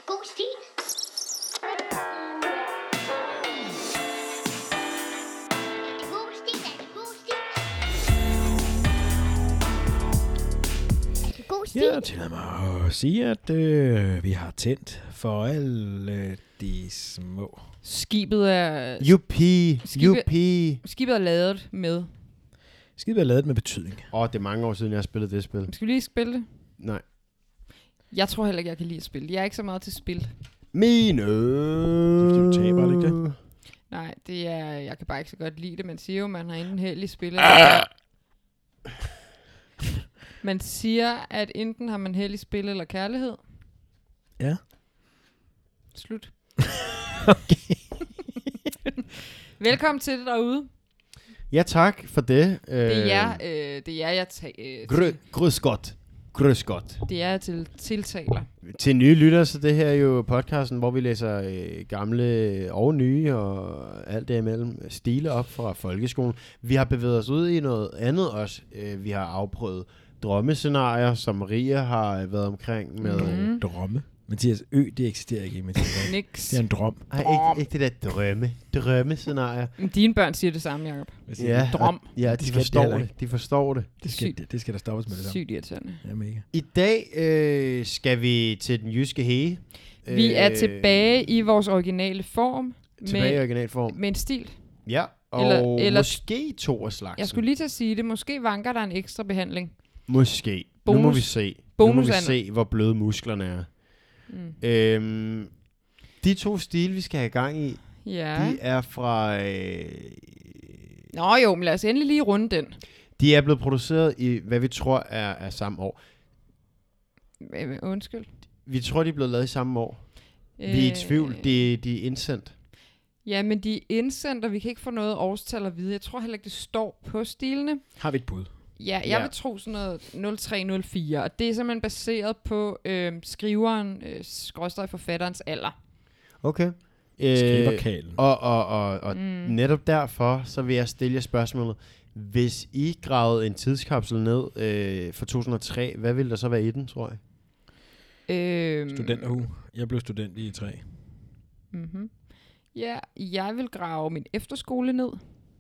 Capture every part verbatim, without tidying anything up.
God stil. Ja, tillad mig at sige, at øh, vi har tændt for alle de små. Skibet er... Juppie, Skibet- juppie. Skibet er lavet med... Skibet er lavet med betydning. Åh, oh, det er mange år siden, jeg har spillet det spil. Skal vi lige spille det? Nej. Jeg tror heller ikke, jeg kan lide at spille. Jeg er ikke så meget til spil. Mine. Det er fordi, du taber, er det ikke det? Nej, det er... Jeg kan bare ikke så godt lide det. Man siger jo, man har enten held i spil. Man siger, at enten har man held i spil eller kærlighed. Ja. Slut. Okay. Velkommen til det derude. Ja, tak for det. Det er jer, øh, det er jer jeg ta- øh, Grø- Grøs godt. Grøs godt. det er jeg til tiltaler. Til nye lyttere, så det her er jo podcasten, hvor vi læser øh, gamle og nye og alt det imellem stile op fra folkeskolen. Vi har bevæget os ud i noget andet også. Øh, vi har afprøvet drømmescenarier, som Maria har været omkring med. Mhm. Drømme. Mathias, ø, det eksisterer ikke, Mathias. Niks. Det er en drøm. Ej, ikke, ikke det der drømme. Drømmescenarier. Dine børn siger det samme, Jacob. Ja, Drøm. og, ja, Det de skal de forstår heller det. ikke. De forstår det. Det skal, Sygt. det, det skal der stoppes med det samme. Sygt irriterende. Ja, mega. I dag øh, skal vi til den jyske hege. Vi er Øh, tilbage i vores originale form. Tilbage i med, originalform. med en stil. Ja, og Eller- eller- måske to af slagsen. Jeg skulle lige til at sige det. Måske vanker der en ekstra behandling. Måske. Nu må Bonus- vi se. bonus nu må vi Anna. se, hvor bløde musklerne er. Mm. Øhm, de to stile, vi skal have gang i, Ja. de er fra... Øh, Nå jo, men lad os endelig lige runde den. de er blevet produceret i, hvad vi tror er, er samme år. Øh, Undskyld. Vi tror, de er blevet lavet i samme år. Vi er i tvivl. De, de er indsendt. Ja, men de er indsendt, og vi kan ikke få noget årstal at vide. Jeg tror heller ikke, det står på stilene. Har vi et bud? Ja, jeg Ja. vil tro sådan noget nul tre nul fire, og det er simpelthen baseret på øh, skriveren, øh, skråstreg forfatterens alder. Okay. Øh, Skriverkalen. og og, og, og Mm. netop derfor, så vil jeg stille jer spørgsmålet. Hvis I gravede en tidskapsel ned øh, for to tusind og tre, hvad ville der så være i den, tror jeg? Øh, Studenterhue. Jeg blev student i tre. Mm-hmm. Ja, jeg vil grave min efterskole ned.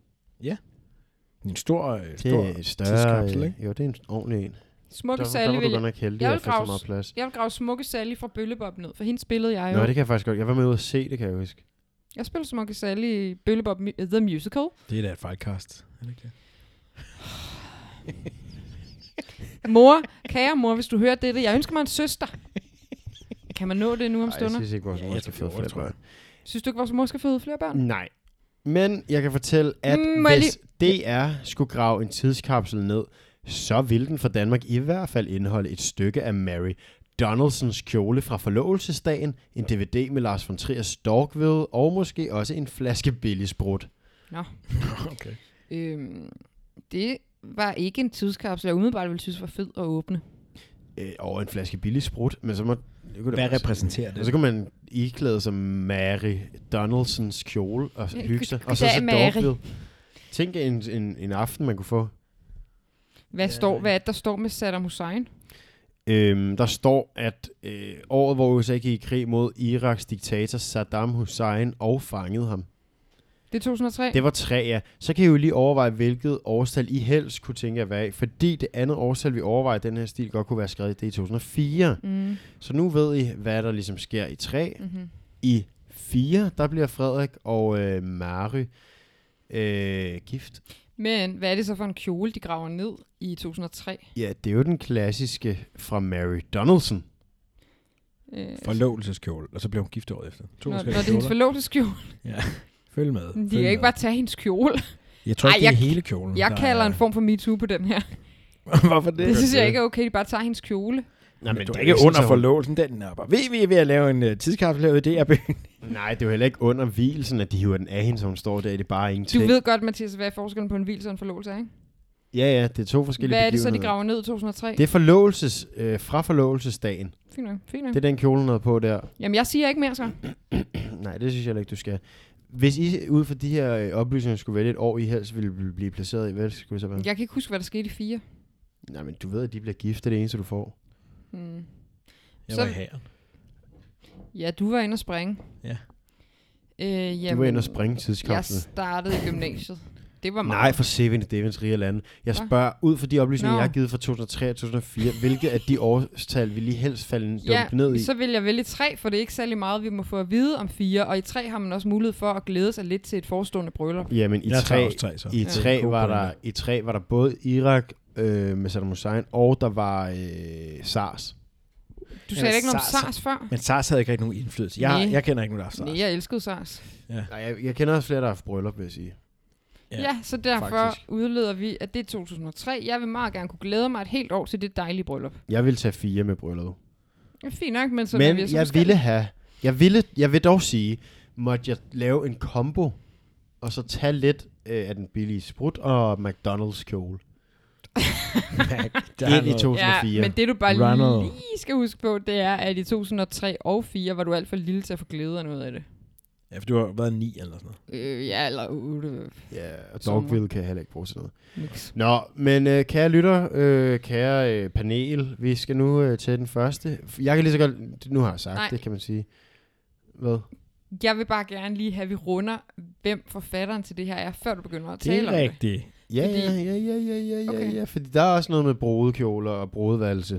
En stor, øh, Det stor er et større... tidskapsel, Øh, ikke? jo, det er en ordentlig en. Smukke Der, der Sally var vil du godt jeg, nok heldig, jeg at vil få så grave- meget plads. jeg vil grave Smukke Sally fra Bøllebop ned, for hende spillede jeg jo. Nå, det kan jeg faktisk godt. Jeg var med ude at se det, kan jeg huske. Jeg spillede Smukke Sally i Bøllebop mu- The Musical. Det er da et fejlkast. Er det ikke det? Mor, kære mor, hvis du hører dette, jeg ønsker mig en søster. Kan man nå det nu om Ej, jeg stunder? synes ikke, vores Ja, mor jeg skal tror, føde flere tror jeg. børn. Synes du ikke, vores mor skal føde flere børn? Nej. Men jeg kan fortælle, at Mm, må jeg hvis D R skulle grave en tidskapsel ned, så ville den for Danmark i hvert fald indeholde et stykke af Mary Donaldsons kjole fra forlovelsesdagen, en D V D med Lars von Triers Dogville, og måske også en flaske billig sprut. Nå. Okay. Øhm, det var ikke en tidskapsel, jeg umiddelbart ville synes var fed at åbne. Øh, og en flaske billig sprut, men så må... Det kunne da Hvad være- repræsenterer Og det? så kunne man iklæde sig Mary Donaldsons kjole og Ja, hygge sig. god- Og så goddag, så Mary. Dogville. Tænk en, en, en aften, man kunne få. Hvad, Ja. står, hvad er det, der står med Saddam Hussein? Øhm, der står, at øh, året, hvor U S A gik i krig mod Iraks diktator Saddam Hussein og fangede ham. Det er to tusind og tre. Det var tre, ja. Så kan I jo lige overveje, hvilket årstal I helst kunne tænke jer hvad. Fordi det andet årstal, vi overvejer den her stil, godt kunne være skrevet, det er i to tusind og fire. Mm. Så nu ved I, hvad der ligesom sker i tre. Mm-hmm. I fire, der bliver Frederik og øh, Mary øh, gift. Men hvad er det så for en kjole, de graver ned i to tusind og tre? Ja, det er jo den klassiske fra Mary Donaldson. Øh, Forlovelseskjole, og så blev hun gift året efter. To når, når forskellige det er hendes kjoler. forlovelseskjole. Ja, følg med. De følg kan med. ikke bare tage hendes kjole. Jeg tror Ej, ikke, det er jeg- hele kjolen. Jeg der kalder er- en form for MeToo på den her. Hvorfor det? Det synes jeg ikke er okay, de bare tager hendes kjole. Nej, men du det er er ikke ikke sådan, under så hun- forlovelsen, den er bare. Ved vi er ved at lave en uh, tidskapsel herude i D R-byen? Nej, det er jo heller ikke under hvilsen, at de hiver den af hende, så hun står der. Det er bare Du ingenting. ved godt, Mathias, hvad er forskellen på en hvilse og en forlovelse er, ikke? Ja, ja, det er to forskellige Hvad er det så, de begivenheder. graver ned i to tusind og tre? Det er forlovelses, øh, fra forlovelsesdagen. Fint nok, fint nok. Det er den kjole, hun havde på der. Jamen, jeg siger ikke mere så. Nej, det synes jeg heller ikke, du skal. Hvis I ud fra de her øh, oplysninger skulle vælge et år, I helst ville bl- blive placeret i, hvad skulle det så være? Jeg kan ikke huske, hvad der skete i fire. Nej, men du ved, at de bliver gift, det er det eneste, du får. Hmm. Jeg Så- var i hæren. Ja, du var inde og springe. Ja. Øh, jamen, Du var inde og springe jeg tidskapslen. startede i gymnasiet. Det var meget. Nej, for Seven i Devens rige lande. Jeg Hva? spørger, ud fra de oplysninger, Nå. jeg har givet fra to tusind og tre og to tusind og fire, hvilke af de årstal vil I helst falde Ja, dumt ned i? så vil jeg vælge tre, for det er ikke særlig meget, vi må få at vide om fire. Og i tre har man også mulighed for at glæde sig lidt til et forestående bryllup. Jamen, i Jeg tager tre, også tre, så. i Ja. tre God var pointe. der, i tre var der både Irak øh, med Saddam Hussein, og der var øh, SARS. Du sagde Ja, ikke noget om SARS. SARS før? Men SARS havde ikke rigtig nogen indflydelse. Jeg, Nej. jeg kender ikke nogen, der har haft SARS. Nej, jeg elskede SARS. Ja. Nej, jeg, jeg kender også flere, der har haft bryllup, vil jeg sige. Ja, ja så derfor faktisk. udleder vi, at det er to tusind og tre. Jeg vil meget gerne kunne glæde mig et helt år til det dejlige bryllup. Jeg vil tage fire med bryllup. Det er fint nok, men så er Men vi så jeg forskellige. ville have, jeg ville, jeg vil dog sige, måtte jeg lave en combo, og så tage lidt øh, af den billige sprut og McDonald's kjole. Der er Ind i noget- to tusind og fire. Ja, men det du bare Ronald. lige skal huske på, det er, at i to tusind og tre og fire var du alt for lille til at få glæde af noget af det. Ja, for du har været ni eller sådan noget. Øh, ja, eller otte. Ja, og Sommer. Dogville kan jeg heller ikke bruge til noget. Niks. Nå, men øh, kære lytter, øh, kære øh, panel, vi skal nu øh, til den første. Jeg kan lige så godt, nu har jeg sagt Nej. det, kan man sige. Hvad? Jeg vil bare gerne lige have, at vi runder, hvem forfatteren til det her er, før du begynder at Det tale om er det. rigtigt. Ja, Fordi- ja, ja, ja, ja, ja, ja, Okay. ja, fordi der er også noget med brodekjoler og brodevalse.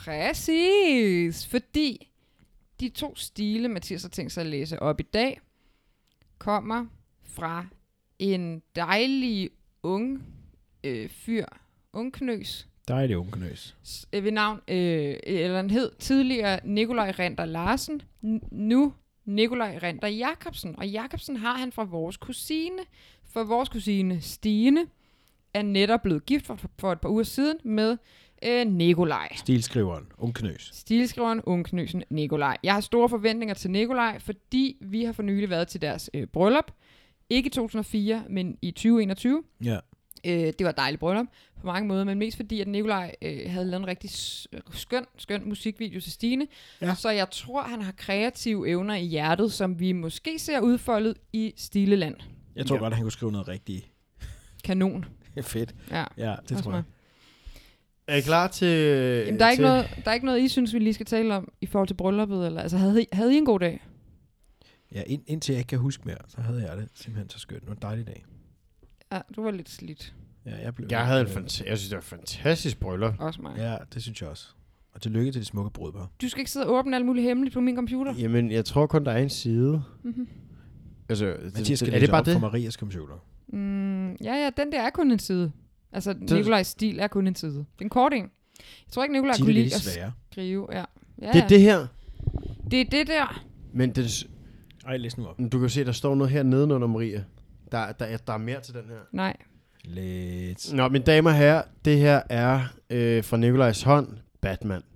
Præcis, fordi de to stile, Mathias har tænkt sig at læse op i dag, kommer fra en dejlig ung øh, fyr, ungknøs, Der er det ungeknøs. s- øh, ved navn, øh, eller han hed tidligere Nikolaj Renter Larsen, n- nu Nikolaj Renter Jacobsen. Og Jacobsen har han fra vores kusine, for vores kusine Stine er netop blevet gift for, for et par uger siden med øh, Nikolaj. Stilskriveren. Ungeknøs. Stilskriveren, ungknøsen Nikolaj. Jeg har store forventninger til Nikolaj, fordi vi har for nylig været til deres øh, bryllup. Ikke i to tusind og fire, men i tyve enogtyve. Ja. Øh, det var et dejligt bryllup på mange måder, men mest fordi, at Nikolaj øh, havde lavet en rigtig s- skøn, skøn musikvideo til Stine. Ja. Så jeg tror, han har kreative evner i hjertet, som vi måske ser udfoldet i Stileland. Jeg tror Ja. godt, han kunne skrive noget rigtig Kanon. fedt. Ja, Ja, det også tror mig. Er jeg. I klar til... Jamen, der, er ikke til noget, der er ikke noget, I synes, vi lige skal tale om i forhold til brylluppet? Eller? Altså, havde I, havde I en god dag? Ja, ind, indtil jeg ikke kan huske mere, så havde jeg det simpelthen så skønt. Det var en dejlig dag. Ja, du var lidt slidt. Ja, jeg, blev, Jeg havde en øh, fanta- jeg synes, det var et fantastisk bryllup. Også mig. Ja, det synes jeg også. Og tillykke til de smukke brudpar. Du skal ikke sidde og åbne alt muligt hemmeligt på min computer. Jamen, jeg tror kun, der er en side. Mm-hmm. Altså, Mathias skal er det bare op for det? Marias computer. Mm, ja, ja, den der er kun en side. Altså, Nikolajs stil er kun en side. Det er en kort en. Jeg tror ikke, Nikolaj De kunne er lide lidt at svære. skrive. Ja. Ja, Det er det her. det er det der. Men det, Ej, læs nu op. du kan se, der står noget her nedenunder, Maria. Der, der, er, der er mere til den her. Nej. Lidt. Nå, mine damer og herrer, det her er øh, fra Nikolajs hånd, Batman. Er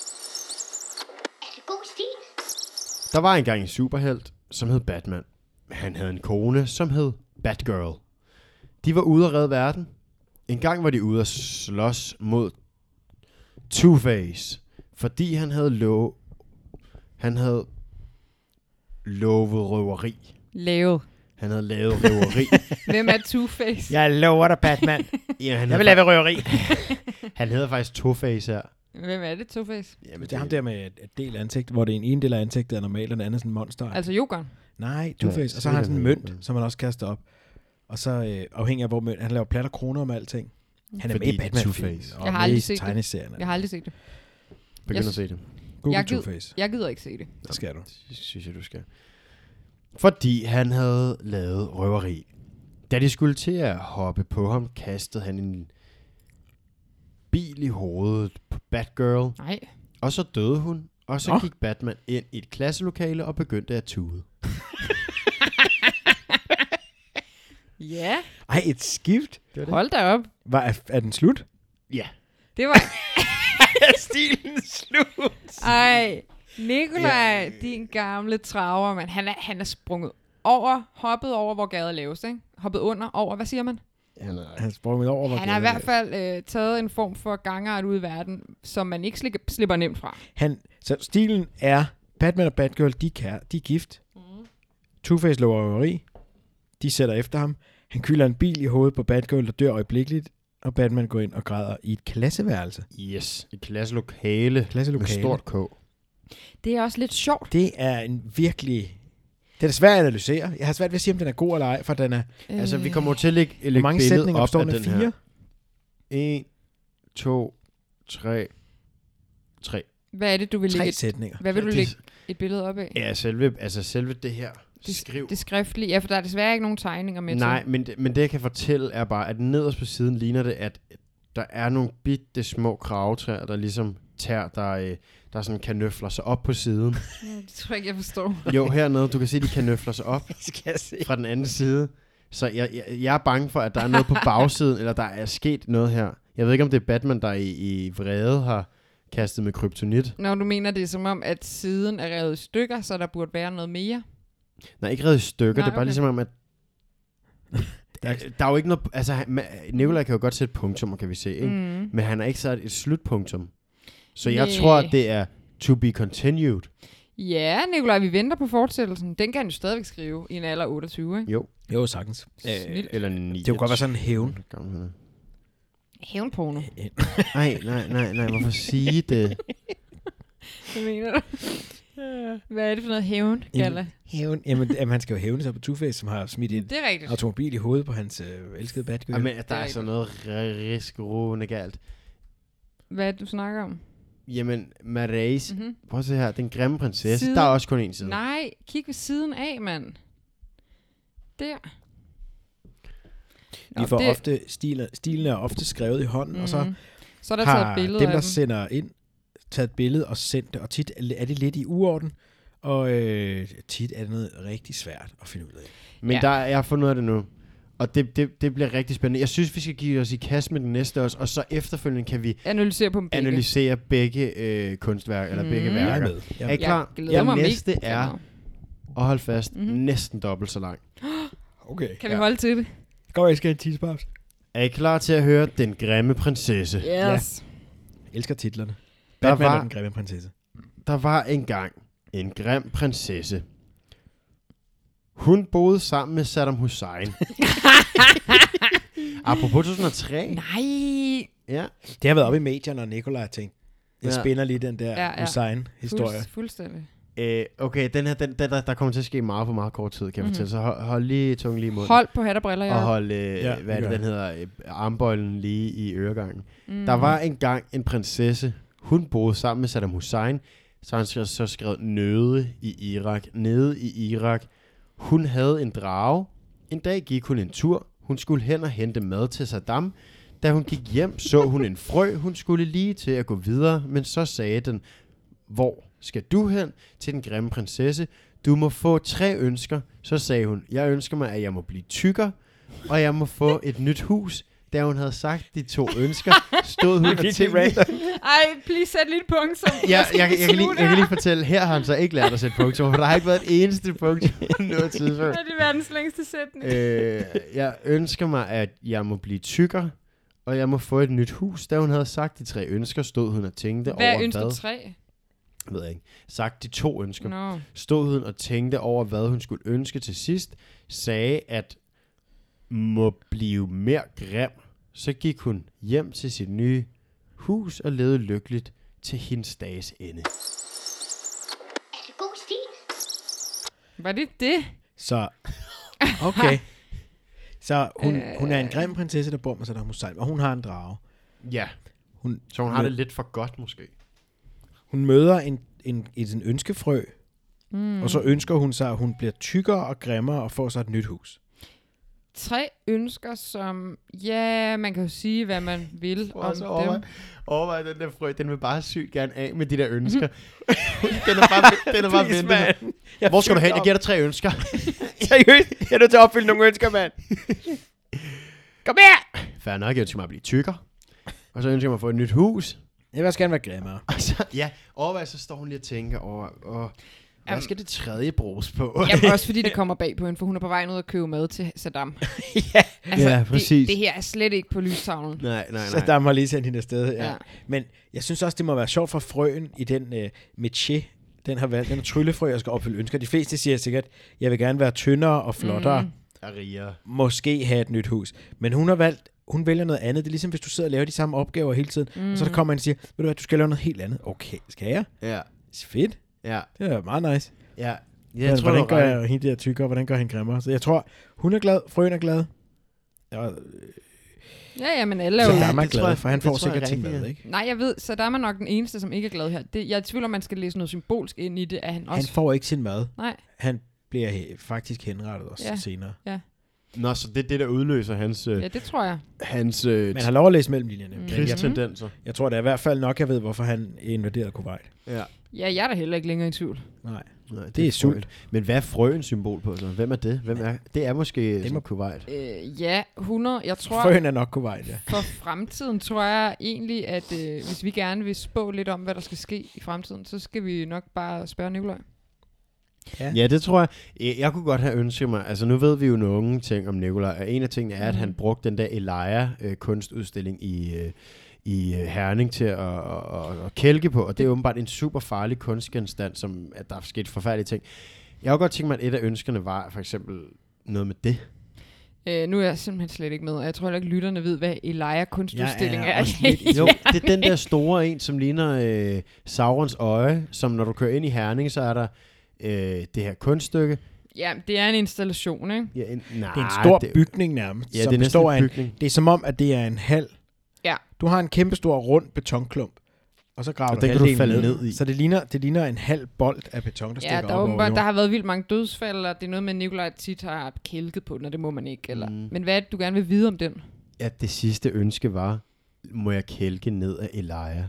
det god stil? Der var engang en superhelt, som hed Batman. Han havde en kone, som hed Batgirl. De var ude at redde verden. En gang var de ude at slås mod Two-Face, fordi han havde lov... Han havde lovet røveri. Lavet. Han havde lavet røveri. Hvem er Two-Face? Jeg lover dig, Batman. Ja, han Jeg vil havde lave røveri. fa- Han hedder faktisk Two-Face her. Hvem er det, Two-Face? Jamen, Det er ham der med et et del ansigt, hvor det er en ene del af ansigtet er normalt, og den anden er sådan en monster. Altså Jokeren. Nej, Two-Face. Ja, Og så har han sådan en det er mønt, det. som han også kaster op. Og så øh, afhængig af, hvor mønt, han laver platter kroner om alting. Han er Fordi med i batman Two-Face. Jeg har aldrig set det. tegneserien. Jeg har aldrig set det. Begynd Jeg at se det. Google Jeg gid- Two-Face. Jeg gider ikke se det. Det skal du. Det synes jeg, du skal. Fordi han havde lavet røveri. Da de skulle til at hoppe på ham, kastede han en bil i hovedet på Batgirl. Nej. Og så døde hun. Og så Nå. gik Batman ind i et klasselokale og begyndte at tude. Ja, Ej, et skift? hold da op. Var, er, er den slut? Ja. Det var... Er stilen slut? Ej, Nikolaj, din gamle traver, mand. Han er, han er sprunget over, hoppet over, hvor gader laves, ikke? Hoppet under, over, hvad siger man? Han er, Han sprang over, hvor Han har i gaden hvert fald øh, taget en form for gangart ud i verden, som man ikke slikker, slipper nemt fra. Han, så stilen er, Batman og Batgirl, de, kan, de er gift. Mm. Two-Face lover røveri. De sætter efter ham. Han kylder en bil i hovedet på Batgirl, der dør øjeblikkeligt. Og Batman går ind og græder i et klasseværelse. yes, et klasselokale, Klasselokale. med stort K. Det er også lidt sjovt. Det er en virkelig... Det er svært at analysere. Jeg har svært ved at sige, om den er god eller ej, for den er... Øh, Altså, vi kommer til at lægge, Hvor lægge mange billedet sætninger op består af den den af? Fire? her. En, to, tre, tre. Hvad er det, du vil Tre lægge et, sætninger. hvad vil du Det- lægge et billede op af? Ja, selve, altså selve det her Det- skriv. Det skriftlige. Ja, for der er desværre ikke nogen tegninger med Nej, til. men det, men det jeg kan fortælle er bare, at nederst på siden ligner det, at der er nogle bitte små kravetræer, der ligesom tær, der, øh, der sådan kanøfler sig op på siden. Ja, det tror jeg ikke, jeg forstår. Jo, hernede, du kan se, de kanøfler sig op Skal jeg se? fra den anden side. Så jeg, jeg, jeg er bange for, at der er noget på bagsiden, eller der er sket noget her. Jeg ved ikke, om det er Batman, der i, i vrede har kastet med kryptonit. Når du mener, det er som om, at siden er revet i stykker, så der burde være noget mere. Nej, ikke reddet i stykker. Nej, Det er bare okay. ligesom om, at der, der er jo ikke noget... Altså, han- ma- Nikolaj kan jo godt sætte punktummer, kan vi se, ikke? Mm. Men han har ikke sat et slutpunktum. Så jeg Næh. tror, at det er to be continued. Ja, Nikolaj, vi venter på fortsættelsen. Den kan han jo stadigvæk skrive i en alder otteogtyve, ikke? Jo. Jo, sagtens. Snilt. Eller ni. Det kunne godt være sådan en hævn. Hævnporno. Nej, nej, nej, nej. Hvorfor sige det? Hvad mener du? Hvad er det for noget hævn, Galla? Hævn. Jamen, jamen, han skal jo hævne sig på Two-Face, som har smidt en Det er rigtigt. automobil i hovedet på hans øh, elskede Batgirl. Jamen, der Det er er sådan noget risk-roende galt. Hvad er det, du snakker om? Jamen, Marais. Mm-hmm. Prøv at se her. Den grimme prinsesse. Siden. Der er også kun en side. Nej, kig ved siden af, mand. Der. Vi Nå, får det- ofte, stilen, stilen er ofte skrevet i hånden, mm-hmm. og så Mhm. Så er der taget har billeder dem, af der dem. sender ind, taget et billede og sendt det, og tit er det lidt i uorden, og øh, tit er det noget rigtig svært at finde ud af. Men Ja. der er, jeg har fundet ud af det nu. Og det, det, det bliver rigtig spændende. Jeg synes, vi skal give os i kast med den næste også, og så efterfølgende kan vi Analysere på dem begge. analysere begge øh, kunstværker, eller begge Mhm. Jeg er værker. med. Jeg Er I er klar? Jeg glæder mig Den næste mega er, meget. og hold fast, Mhm. næsten dobbelt så lang. okay. Kan vi holde til det? Går jeg skal have en tidspause. Er I klar til at høre Den Grimme Prinsesse? Yes. Jeg elsker titlerne. Der Batman var- og den grimme prinsesse. Der var engang en grim prinsesse. Hun boede sammen med Saddam Hussein. Apropos to tusind og tre. Nej. Ja. Det har været oppe i medierne, og Nikolaj har tænkt, jeg Ja. spænder lige den der Ja, ja. Hussein-historie. Fuld, fuldstændig. Øh, okay, den her, den, den, der, der kommer til at ske meget på meget kort tid, kan jeg Mhm. fortælle. Så hold, hold lige tungen lige i munden. Hold på hat og briller, Og jeg. hold, øh, Ja, hvad er det det, gør den hedder, øh, armbøjlen lige i øregangen. Mm. Der var engang en prinsesse. Hun boede sammen med Saddam Hussein. Så han skrev, så skrev nøde i Irak. Nede i Irak. Hun havde en drage. En dag gik hun en tur. Hun skulle hen og hente mad til Saddam. Da hun gik hjem, så hun en frø. Hun skulle lige til at gå videre, men så sagde den, hvor skal du hen? Til den grimme prinsesse. Du må få tre ønsker. Så sagde hun, jeg ønsker mig, at jeg må blive tykkere, og jeg må få et nyt hus. Da hun havde sagt de to ønsker, stod hun og tænkte... Ej, please sæt lige et punkt, som Ja, jeg, jeg, jeg, kan lige, slutte jeg kan her. lige fortælle, her har han så ikke lært at sætte punktum, for der har ikke været et eneste punktum på noget tidspunkt. Ja, det er verdens længste sætning. Øh, jeg ønsker mig, at jeg må blive tykkere, og jeg må få et nyt hus. Da hun havde sagt de tre ønsker, stod hun og tænkte Hvad er over ønsker hvad... tre? Ved jeg ikke. Sagt de to ønsker. Nå. Stod hun og tænkte over, hvad hun skulle ønske til sidst. Sagde, at må blive mere grim. Så gik hun hjem til sit nye hus og levede lykkeligt til hendes dages ende. Er det god stil? Var det det? Så, okay. Så hun, Øh. hun er en grim prinsesse, der bor med Saddam Hussein, og hun har en drage. Ja, Hun, så hun har det lidt for godt måske. hun møder en, en, en, en ønskefrø, Mm. og så ønsker hun sig, at hun bliver tykkere og grimmere og får sig et nyt hus. Tre ønsker, som... Ja, man kan jo sige, hvad man vil Prøv om også at overveje, dem. overveje den der frø, den vil bare sygt gerne af med de der ønsker. den er bare, den er bare Please, ventet. man. Hvor skal du hen? Jeg giver dig tre ønsker. Seriøst? Jeg er nødt til at opfylde nogle ønsker, mand. Kom her! Fair nok, jeg ønsker mig at blive tykkere. Og så ønsker jeg mig at få et nyt hus. Jeg vil også gerne være grimmere. Og så, ja, overvej, så står hun lige og tænker over, åh, hvad Jamen. skal det tredje bruges på? Jamen, også fordi det kommer bag på hende, for hun er på vej ud at købe mad til Saddam. Ja. Altså, Ja, det, præcis. det her er slet ikke på lystavlen. nej, nej, Så nej. der må lige sendt hende afsted. Ja. Ja. Ja. Men jeg synes også, det må være sjovt for frøen i den uh, métier, den har valgt, den tryllefrø, jeg skal opfylde ønsker. De fleste siger sikkert, jeg vil gerne være tyndere og flottere, mm. Aria. måske have et nyt hus. Men hun har valgt, hun vælger noget andet. Det er ligesom, hvis du sidder og laver de samme opgaver hele tiden, mm. og så der kommer en og siger, ved du hvad, du skal lave noget helt andet. Okay, skal jeg? Ja. Fedt. Ja, Det er meget nice. ja. Jeg Jeg tror, hvordan du har ret. gør hende der tykkere, hvordan gør hende grimmere? Så jeg tror, hun er glad, frøen er glad. Ja, Ja, ja, men alle er jo... så Ja, der er det tror glad, jeg- for han det får tror jeg sikkert sin rigtigt, mad, ja. ikke? Nej, jeg ved, så der er man nok den eneste, som ikke er glad her. Det, jeg tvivler, man skal læse noget symbolsk ind i det, at han Han også... får ikke sin mad. Nej, Han bliver he- faktisk henrettet også Ja. senere. Nå, så det er det, der udløser hans, øh, ja, det tror jeg. hans øh, Men han har lov at læse mellem linjerne. Mm. Men jeg, krigstendenser. jeg tror da i hvert fald nok, jeg ved, hvorfor han invaderede Kuwait. Ja. Ja, jeg er da heller ikke længere i tvivl. Nej. Nej, det, Det er sult. frøen. Men hvad er frøen symbol på så? Hvem er det? Hvem er? Det er måske Det det må- må Kuwait. Øh, ja, hundrede. Jeg tror, Frøen er nok Kuwait, ja. for fremtiden tror jeg egentlig, at øh, hvis vi gerne vil spå lidt om, hvad der skal ske i fremtiden, så skal vi nok bare spørge Nikolaj. Ja, det tror jeg. Jeg, jeg kunne godt have ønsket mig, altså nu ved vi jo nogle ting om Nikolaj, og en af tingene er, at Mhm. han brugte den der Elia øh, kunstudstilling i, øh, i øh, Herning til at, at, at, at kælke på, og det er åbenbart en super farlig kunstgenstand, som at der er sket forfærdelige ting. Jeg kunne godt tænke mig, at et af ønskerne var for eksempel noget med det. Øh, nu er jeg simpelthen slet ikke med, og jeg tror heller ikke, lytterne ved, hvad Elia kunstudstilling Jeg er er. også lidt- Jo, det er den der store en, som ligner øh, Saurons øje, som når du kører ind i Herning, så er der øh, det her kunststykke. Ja, det er en installation, ikke? Ja, en, nej, Det er en stor det, bygning nærmest, Ja, som det er næsten består af en en, bygning. det er som om, at det er en halv. Ja. Du har en kæmpe stor rund betonklump, og så graver Og du den kan du halvdelen falde ned. ned i. Så det ligner, det ligner en halv bold af beton, der Ja, stikker der, op er over åbenbart, der jorden. har været vildt mange dødsfald, og det er noget med, at Nikolaj tit har kælket på den, og det må man ikke. Eller. Mm. Men hvad er det, du gerne vil vide om den? Ja, det sidste ønske var, må jeg kælke ned af Elia?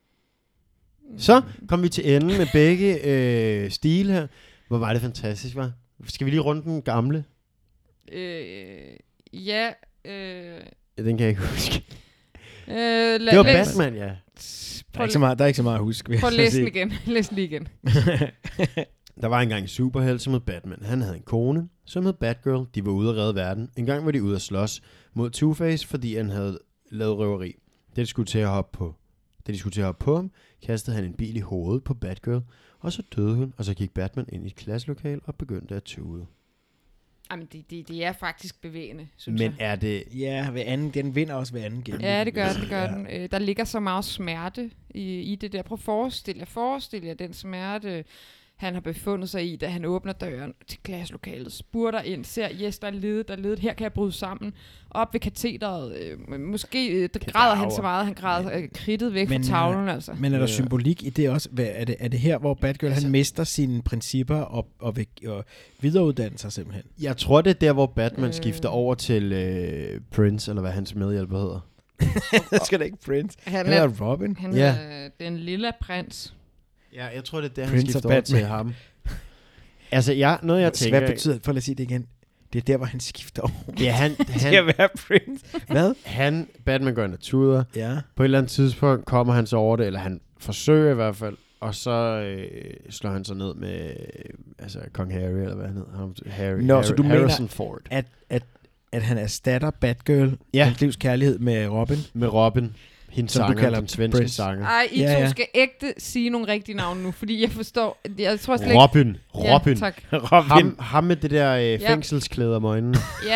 Så kom vi til enden med begge øh, stile her. Hvor var det fantastisk, var? Skal vi lige runde den gamle? Øh, ja, øh, Ja, den kan jeg ikke huske. øh, lad, Det var læs, Batman, ja. Der er, Prøv, ikke så meget, der er ikke så meget at huske. vil prøv at jeg læse sige. den igen. Læs den lige igen. Der var engang en superhelt, som hed Batman. Han havde en kone, som hed Batgirl. De var ude at redde verden. En gang var de ude at slås mod Two-Face, fordi han havde lavet røveri. Det de skulle til at hoppe på. Da de skulle til at hoppe på ham, kastede han en bil i hovedet på Batgirl, og så døde hun, og så gik Batman ind i et klasselokal og begyndte at tude. Jamen, det, det, det er faktisk bevægende, synes Men jeg. er det... Ja, ved anden, den vinder også ved anden gennemgang. Ja, det gør den, det gør Ja. den. Øh, der ligger så meget smerte i, i det der. Prøv at forestille jer, forestil jer den smerte, han har befundet sig i, da han åbner døren til klasselokalet, spurter ind, ser, yes, der er ledet, der er ledet, her kan jeg bryde sammen, op ved katedret, øh, måske øh, der græder han så meget, han græder øh, kridtet væk Men, fra tavlen, altså. Men er der Ja. symbolik i det også? Hvad, er, det, er det her, hvor Batgirl Altså- han mister sine principper og, og, vil, og videreuddanner sig simpelthen? Jeg tror, det er der, hvor Batman Øh. skifter over til øh, Prince, eller hvad hans medhjælper hedder. Det skal da ikke Prince. Han Han er, er Robin. han Ja. er den lille prins. Ja, jeg tror, det er der, Prince han of skifter over Batman. til ham. Altså, jeg, noget jeg tænker... Hvad betyder det? For lad os sige det igen. Det er der, hvor han skifter over. Ja, han, Han, han, skal være Prince. Hvad? han, Batman går ind og tuder. Ja. På et eller andet tidspunkt kommer han så over det, eller han forsøger i hvert fald, og så øh, slår han sig ned med øh, altså Kong Harry, eller hvad han hedder. Ham, Harry, Nå, Harry, så du mener- Harrison Ford. At, at, at han erstatter Batgirl, Ja. hans livs kærlighed med Robin. Med Robin, hendes Som du sanger, kalder den svenske Prince. sanger. Ej, I Ja, to ja. skal ægte sige nogle rigtige navne nu, fordi jeg forstår, jeg tror slet ikke... Robin, Robin. Ja, tak. Robin. ham, ham med det der øh, Ja. fængselsklæder om øjnene. Ja.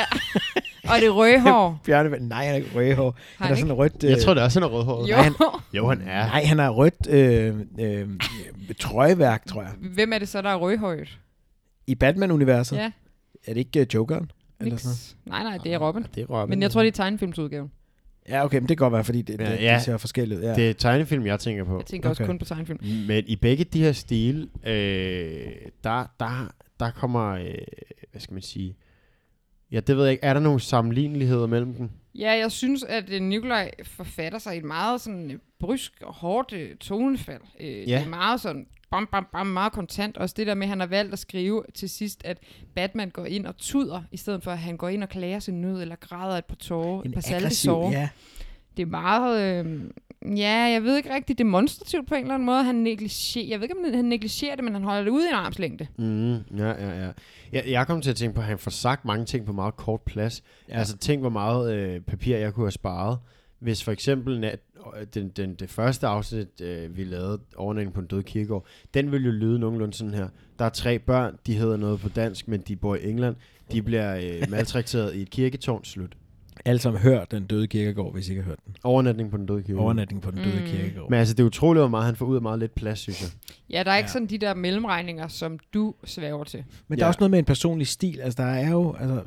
Og det røde hår. Bjørne, nej, han er ikke rødhår. Har Han han er sådan rødt... Øh, Jeg tror, det også han er rødhåret. Jo. han- Jo, han er. Nej, han har rødt øh, øh, trøjeværk, tror jeg. Hvem er det så, der er rødhåret? I Batman-universet. Ja, Er det ikke uh, Jokeren? Eller sådan noget? niks. Nej, nej, det er Robin. Det er Robin. Men jeg tror, det er tegnefilmsudgaven. Ja, okay, men det kan godt være, fordi det, Ja, det, ja. det ser forskelligt ud. Ja. Det er tegnefilm, jeg tænker på. Jeg tænker også Okay. kun på tegnefilm. Men i begge de her stile, øh, der, der, der kommer, øh, hvad skal man sige, ja, det ved jeg ikke, er der nogle sammenligneligheder mellem dem? Ja, jeg synes, at øh, Nikolaj forfatter sig i et meget sådan øh, brysk og hårdt øh, tonefald. Øh, Ja. Det er meget sådan bam, bam, bam, meget kontant. Også det der med, at han har valgt at skrive til sidst, at Batman går ind og tuder, i stedet for at han går ind og klager sin nød, eller græder et par tårer, et En par salte aggressiv, sår. ja. Det er meget... Øh, ja, jeg ved ikke rigtig demonstrativt på en eller anden måde. Han negligerer, jeg ved ikke, om han negligerer det, men han holder det ude i en armslængde. Mm, ja, ja, ja. Jeg, jeg kom til at tænke på, at han får sagt mange ting på meget kort plads. Ja. Ja. Altså tænk, hvor meget øh, papir, jeg kunne have sparet. Hvis for eksempel nat, øh, den, den, det første afsnit, øh, vi lavede, Overnatning på en død kirkegård, den ville jo lyde nogenlunde sådan her. Der er tre børn, de hedder noget på dansk, men de bor i England. De bliver øh, maltrakteret i et kirketårn, slut. Alle sammen hør Den Døde Kirkegård, hvis I ikke har hørt den. Overnatning på Den Døde Kirkegård. Overnatning på Den Døde Mm. Kirkegård. Men altså, det er utroligt, hvor meget han får ud af meget lidt plads, synes jeg. Ja, der er ikke Ja. sådan de der mellemregninger, som du svæver til. Men der er Ja. også noget med en personlig stil. Altså, der er jo... Altså,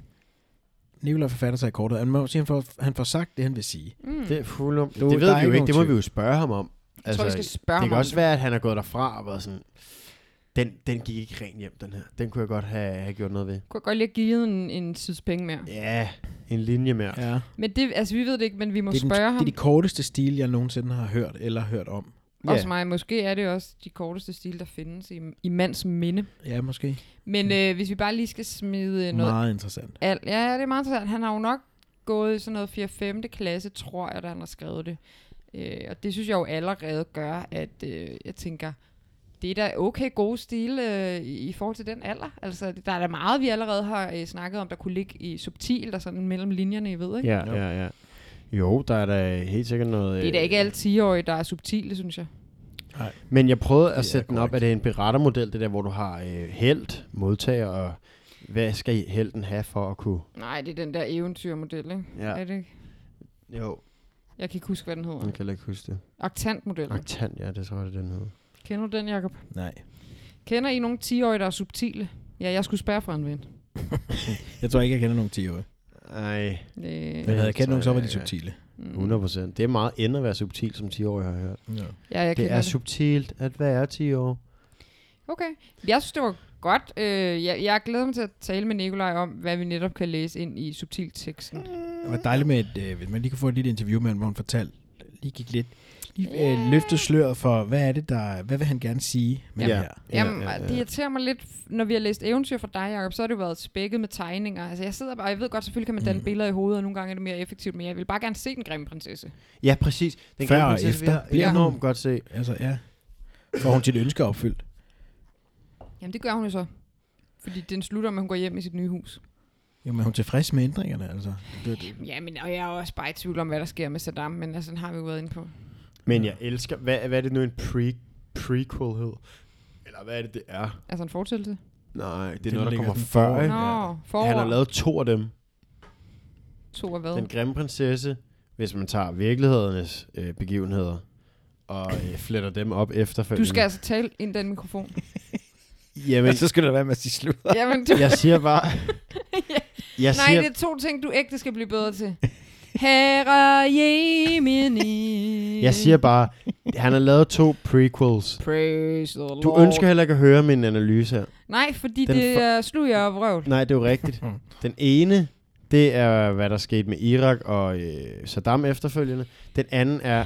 Nikolaj forfatter sig i kortet. Han må sige, han får, han får sagt det, han vil sige. Mm. Det er fuld om. Du- Det ved der er vi jo ikke ikke. Det må nogen vi jo spørge ham om. Jeg tror, vi skal spørge det ham kan om også det. være, at han er gået derfra og været sådan, den, den gik ikke rent hjem, den her. Den kunne jeg godt have, have gjort noget ved. Kunne jeg godt lige have givet en, en tids penge mere. Ja, en linje mere. Ja. Men det, altså vi ved det ikke, men vi må Det er, den, spørge det ham. er de korteste stil, jeg nogensinde har hørt eller hørt om. Også mig. Måske er det også de korteste stil, der findes i, i mands minde. Ja, måske. Men øh, hvis vi bare lige skal smide noget... Meget interessant. Alt, ja, det er meget interessant. Han har jo nok gået i sådan noget fjerde femte klasse, tror jeg, da han har skrevet det. Øh, og det synes jeg jo allerede gør, at øh, jeg tænker, det er da okay gode stil øh, i, i forhold til den alder. Altså, der er da meget, vi allerede har øh, snakket om, der kunne ligge i subtilt og sådan mellem linjerne, I ved, ikke? Ja, ja, ja. Jo, der er da helt sikkert noget... Det er da ikke alle ti-årige, der er subtile, synes jeg. Nej. Men jeg prøvede Det at er sætte den op, korrekt. at det er en berettermodel, det der, hvor du har øh, held, modtager, og hvad skal helten have for at kunne... Nej, det er den der eventyrmodel, ikke? Ja. Er det ikke? Jo, Jeg kan ikke huske, hvad den hedder. jeg kan heller ikke huske det. Aktantmodellen. Aktant, ja, det tror jeg, det er den hedder. Kender du den, Jacob? Nej. Kender I nogle ti-årige, der er subtile? Ja, jeg skulle spørge fra en ven. Jeg tror ikke, jeg kender nogen ti-årige. Ej, Øh, Men havde jeg kendt nogen, så var de subtile. mm. hundrede procent. Det er meget end at være subtil, som ti-årig har jeg hørt. Ja. Ja, jeg Det kender er det. subtilt at være ti år. Okay. Jeg synes, det var godt. Øh, jeg, jeg glæder mig til at tale med Nikolaj om, hvad vi netop kan læse ind i subtilteksten. Det var dejligt med, et, øh, hvis man lige kunne få et lille interview med ham, hvor han fortalte, lige gik lidt, lige Ja. øh, løftede sløret for, hvad er det, der, hvad vil han gerne sige med Ja. det her? Jamen, ja, ja. det irriterer mig lidt, når vi har læst eventyr fra dig, Jacob, så har det jo været spækket med tegninger. Altså, jeg sidder bare, jeg ved godt, selvfølgelig kan man danne Mm. billeder i hovedet, og nogle gange er det mere effektivt, men jeg vil bare gerne se den grimme prinsesse. Ja, præcis. Den Før grimme og prinsesse efter vil jeg bliver enormt hun- godt se. Altså, ja. Får hun sit ønske opfyldt? Jamen, det gør hun jo så. Fordi den slutter med, at hun går hjem i sit nye hus. Jo, men er hun tilfreds med ændringerne, altså? Det, det. Ja, men og jeg er også bare i tvivl om, hvad der sker med Saddam, men altså, den har vi jo været inde på. Men jeg elsker... Hvad, hvad er det nu en pre, prequel hed? Eller hvad er det, det er? Altså en fortællelse. Nej, det er Den noget, der ligger kommer sådan før. forud. Ikke? Nå, forår. Han har lavet to af dem. To af hvad? Den grimme prinsesse, hvis man tager virkelighedernes øh, begivenheder, og øh, fletter dem op efterfølgende. Du skal altså tale ind den mikrofon. Jamen, Men så skal der være med at sige slut. Jamen, du... jeg siger bare... jeg Nej, siger, det er to ting, du ægte skal blive bedre til. Herre Jemini. jeg siger bare, han har lavet to prequels. Praise the Lord. Du ønsker heller ikke at høre min analyse her. Nej, fordi Den det for- er sludder og vrøvl. Nej, det er jo rigtigt. Den ene, det er, hvad der skete med Irak og øh, Saddam efterfølgende. Den anden er...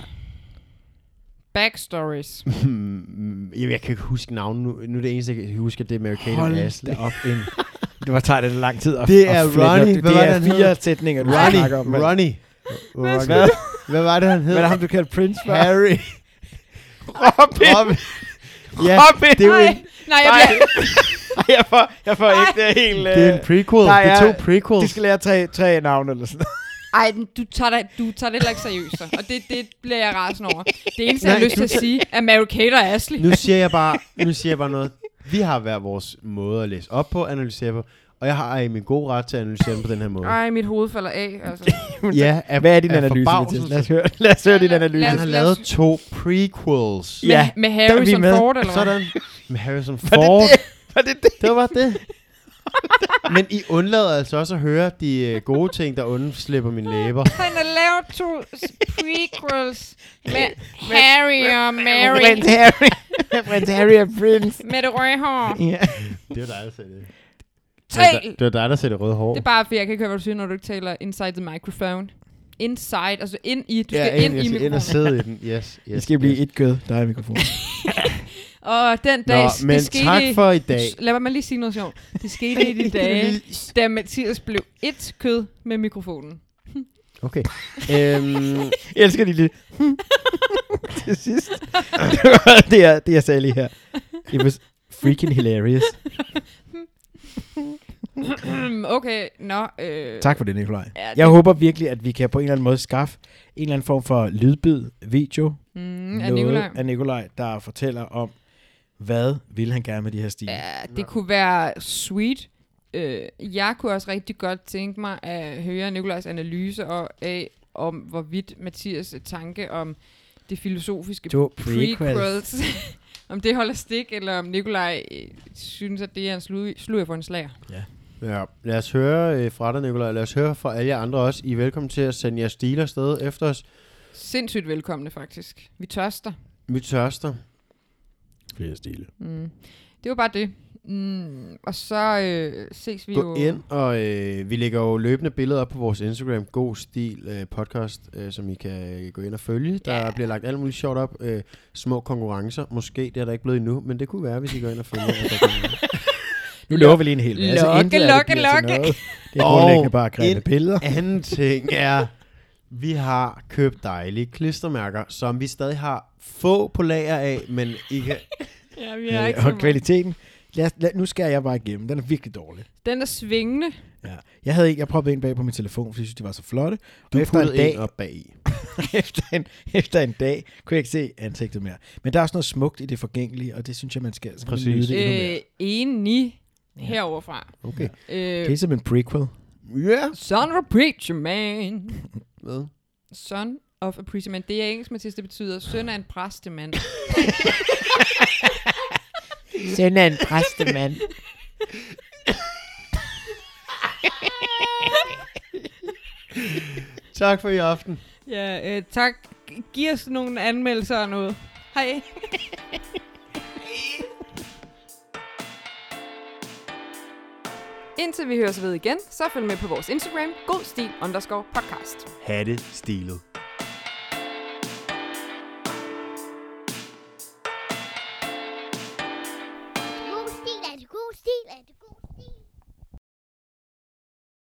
Backstories. jeg, jeg kan ikke huske navnet nu. Nu er det eneste, jeg kan huske, at det er Mary Kate og Hold Ashley. da op en... Det var tager det lang tid at Det at er flette op. Ronnie. Det, Hvad det var er det, han fire hed? sætninger, du Ronnie. snakker om. men- Ronnie. Hvad? Ronnie. Hvad var det, han hed? Hvad er det ham, du kaldte Prince for? Harry. Robin! Robin. Ja, Robin! det er jo Nej, en, nej, jeg bliver... Ej, jeg får, jeg får Ej. ikke det helt... det er en prequel. der Det er er- to prequels. De skal lære tre, tre navne eller sådan Ej, den- du tager, det, du tager det heller ikke seriøst, så. Og det, det bliver jeg rasende over. Det eneste, jeg har Nej, lyst til at sige, er Mary Kate og Ashley. Nu siger jeg bare, nu siger jeg bare noget. Vi har hver vores måde at læse op på, analysere på, og jeg har i min gode ret til at analysere den på den her måde. Ej, mit hoved falder af, altså. Ja, af, Hvad er din af analyse, forbavselse. Mathias? Lad os høre, lad os høre din Lad- analyse. lad Han os- har lad lavet os- to prequels. Ja, med, med der er vi Harrison med. Ford, eller hvad? Sådan. Med Harrison Var det Ford. det? Var det det? Det var det. Men I undlader altså også at høre de øh, gode ting, der undslipper mine læber. Han har lavet to s- prequels med Harry og Mary. Prins Harry. Prins Harry og Prince. Med det røde hår. Ja. Det var dig, der sagde det. Tre! Det var dig, der sagde det røde hår. Det er bare, fordi jeg kan ikke høre, hvad du siger, når du ikke taler inside the microphone. Inside, altså ind i, du Ja, skal ind jeg i skal ind og mikrofonen. sidde i den. Yes, yes. Det skal blive yes. et kød, der er i mikrofonen. Og den Nå, dag, men det skete... tak for i dag. Lad mig lige sige noget sjovt. Det skete i de dage, da Mathias blev et kød med mikrofonen. Okay. øhm, Jeg elsker de lige. Til sidst. Det var det, jeg, det, jeg sagde lige her. It was freaking hilarious. Okay, nå. Øh, Tak for det, Nikolaj. Ja, det- Jeg håber virkelig, at vi kan på en eller anden måde skaffe en eller anden form for lydbid, video, Mm, af noget Nikolaj. af Nikolaj, der fortæller om, hvad vil han gerne med de her stiler. Ja, det kunne være sweet, Øh, jeg kunne også rigtig godt tænke mig at høre Nikolajs analyse og af, om hvorvidt Mathias tanke om det filosofiske To prequels, prequels. om det holder stik, eller om Nikolaj øh, synes, at det er en slud, sludder for en slager. Ja. Ja, lad os høre øh, fra dig, Nikolaj. Lad os høre fra alle jer andre også. I er velkommen til at sende jeres stiler afsted efter os. Sindssygt velkomne, faktisk. Vi tørster. Vi tørster. Flere stile. Mm. Det var bare det. Mm. Og så øh, ses vi Gå jo... ind, og øh, vi lægger jo løbende billeder op på vores Instagram. God Stil øh, podcast, øh, som I kan gå ind og følge. Der Ja. bliver lagt alt muligt sjovt op. Øh, små konkurrencer. Måske, det er der ikke blevet endnu, men det kunne være, hvis I går ind og følger. at der kan- Nu lover vi lige en hel masse. Lokke, Intet af det lokke, bliver til lokke. noget. Det er grundlæggende Og bare grimme en billeder. anden ting er, vi har købt dejlige klistermærker, som vi stadig har få på lager af, men I kan... Ja, vi har ikke så Øh, og meget. kvaliteten. Lad, lad, nu skal jeg bare igennem. Den er virkelig dårlig. Den er svingende. Ja. Jeg havde ikke, jeg proppede en bag på min telefon, fordi jeg synes, de var så flotte. Du Og efter en, puttede en dag, op bag. efter, en, efter en dag kunne jeg ikke se ansigtet mere. Men der er også noget smukt i det forgængelige, og det synes jeg, man skal, skal Præcis. nyde det endnu mere. Øh, enig heroverfra. Okay. Øh, Det er som en prequel. Ja. Son of a preacher man. Hvad? Son of a preacher man. Det er engelsk, Mathias. Det betyder søn af en præstemand. Søn af en præstemand. Tak for i aften. Ja, øh, tak. Giv os nogle anmeldelser og noget. Hej. Indtil vi høres ved igen, så følg med på vores Instagram, godstil underscore podcast. Ha' det stilet.